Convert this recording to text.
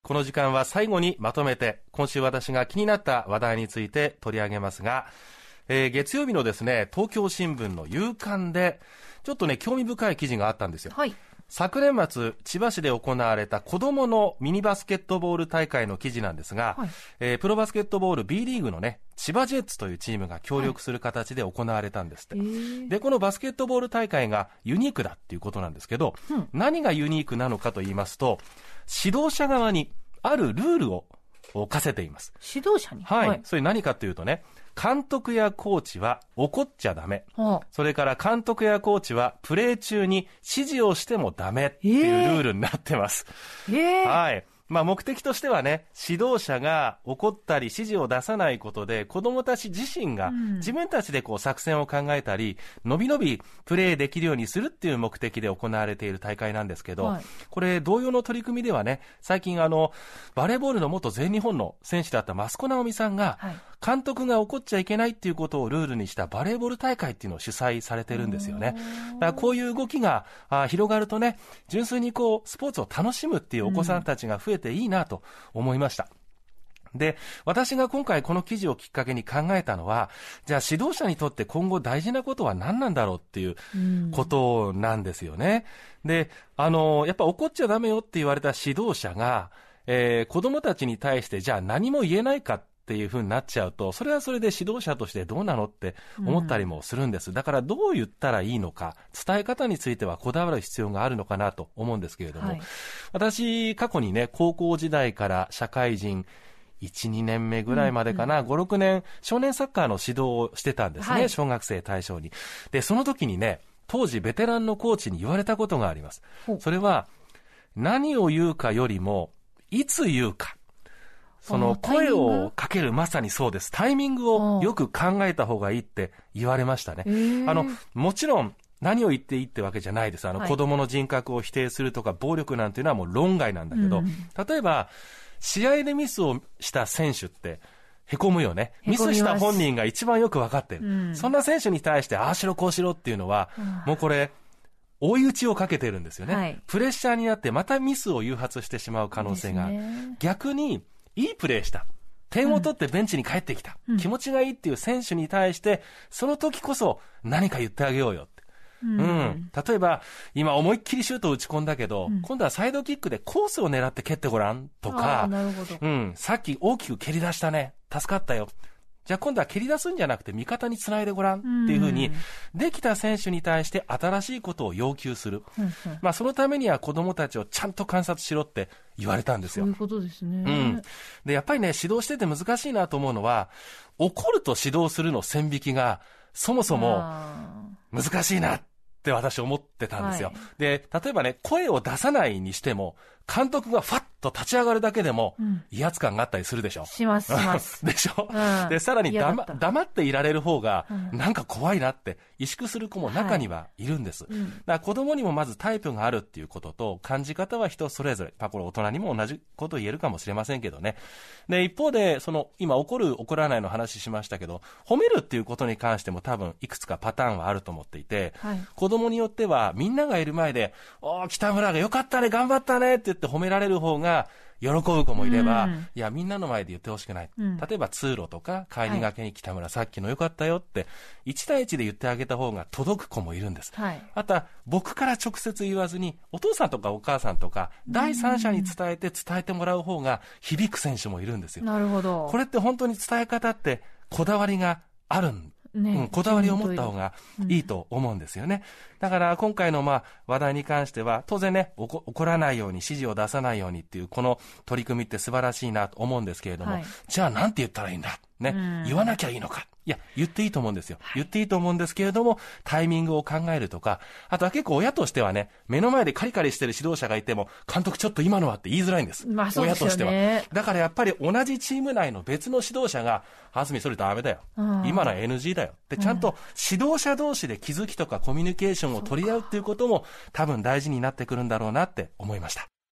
この時間は最後にまとめて今週私が気になった話題について取り上げますが、月曜日のですね、東京新聞の夕刊でちょっとね、興味深い記事があったんですよ。 はい。 昨年末、千葉市で行われた子どものミニバスケットボール大会の記事なんですが、 はい、 プロバスケットボール B リーグのね、千葉ジェッツというチームが協力する形で行われたんですって。はい、で、このバスケットボール大会がユニークだっていうことなんですけど、何がユニークなのかと言いますと、指導者側にあるルールを課せています。 指導者に？ はい。はい、それ何かというとね、監督やコーチは怒っちゃダメ。それから監督やコーチはプレー中に指示をしてもダメっていうルールになってます。はい。まあ目的としてはね、指導者が怒ったり指示を出さないことで子供たち自身が自分たちでこう作戦を考えたり、のびのびプレーできるようにするっていう目的で行われている大会なんですけど、はい、これ同様の取り組みではね、最近バレーボールの元全日本の選手だった益子直美さんが、はい、監督が怒っちゃいけないっていうことをルールにしたバレーボール大会っていうのを主催されてるんですよね。だからこういう動きが広がるとね、純粋にこうスポーツを楽しむっていうお子さんたちが増えていいなと思いました。で、私が今回この記事をきっかけに考えたのは、じゃあ指導者にとって今後大事なことは何なんだろうっていうことなんですよね。で、やっぱ怒っちゃダメよって言われた指導者が、子供たちに対してじゃあ何も言えないかっていう風になっちゃうと、それはそれで指導者としてどうなのって思ったりもするんです。だからどう言ったらいいのか、伝え方についてはこだわる必要があるのかなと思うんですけれども、はい、私過去にね、高校時代から社会人1、2年目ぐらいまでかな、5、6年少年サッカーの指導をしてたんですね、はい、小学生対象に。で、その時にね、当時ベテランのコーチに言われたことがあります。それは何を言うかよりもいつ言うか、その声をかける、まさにそうです。タイミングをよく考えた方がいいって言われましたね。もちろん何を言っていいってわけじゃないです。はい、子供の人格を否定するとか暴力なんていうのはもう論外なんだけど、例えば試合でミスをした選手って凹むよね。ミスした本人が一番よくわかってる。そんな選手に対してああしろこうしろっていうのは、もうこれ追い打ちをかけてるんですよね。はい、プレッシャーになってまたミスを誘発してしまう可能性がある。逆にいいプレーした。点を取ってベンチに帰ってきた。気持ちがいいっていう選手に対して、その時こそ何か言ってあげようよって。例えば、今思いっきりシュートを打ち込んだけど、今度はサイドキックでコースを狙って蹴ってごらんとか、さっき大きく蹴り出したね。助かったよ。じゃあ今度は蹴り出すんじゃなくて味方につないでごらんっていうふうに、できた選手に対して新しいことを要求する。まあそのためには子供たちをちゃんと観察しろって言われたんですよ。 そういうことですね。 で、やっぱりね、指導してて難しいなと思うのは、怒ると指導するの線引きがそもそも難しいなって私思ってたんですよ。はい、で、例えばね、声を出さないにしても、監督がファッと立ち上がるだけでも、威圧感があったりするでしょ。 します、します。 でしょ、で、さらに黙っていられる方が、なんか怖いなって萎縮する子も中にはいるんです。だから子供にもまずタイプがあるっていうことと、感じ方は人それぞれ。これ大人にも同じこと言えるかもしれませんけどね。で、一方で、今怒る怒らないの話しましたけど、褒めるっていうことに関しても多分いくつかパターンはあると思っていて、子供によってはみんながいる前で、北村がよかったね、頑張ったねって言って褒められる方が喜ぶ子もいれば、いやみんなの前で言ってほしくない、例えば通路とか帰りがけに北村さっきのよかったよって1対1で言ってあげた方が届く子もいるんです、あとは僕から直接言わずにお父さんとかお母さんとか第三者に伝えてもらう方が響く選手もいるんですよ。 なるほど。 これって本当に伝え方ってこだわりがあるんこだわりを持った方がいいと思うんですよね。だから今回の話題に関しては当然ね、怒らないように指示を出さないようにっていうこの取り組みって素晴らしいなと思うんですけれども、じゃあなんて言ったらいいんだね、言わなきゃいいのか。いや、言っていいと思うんですよ。言っていいと思うんですけれども、タイミングを考えるとか、あとは結構親としてはね、目の前でカリカリしてる指導者がいても、監督ちょっと今のはって言いづらいんです。 そうですよね。親としては。 だからやっぱり同じチーム内の別の指導者が、はずみそれダメだよ。今のは NG だよ。で、ちゃんと指導者同士で気づきとかコミュニケーションを取り合うっていうことも多分大事になってくるんだろうなって思いました。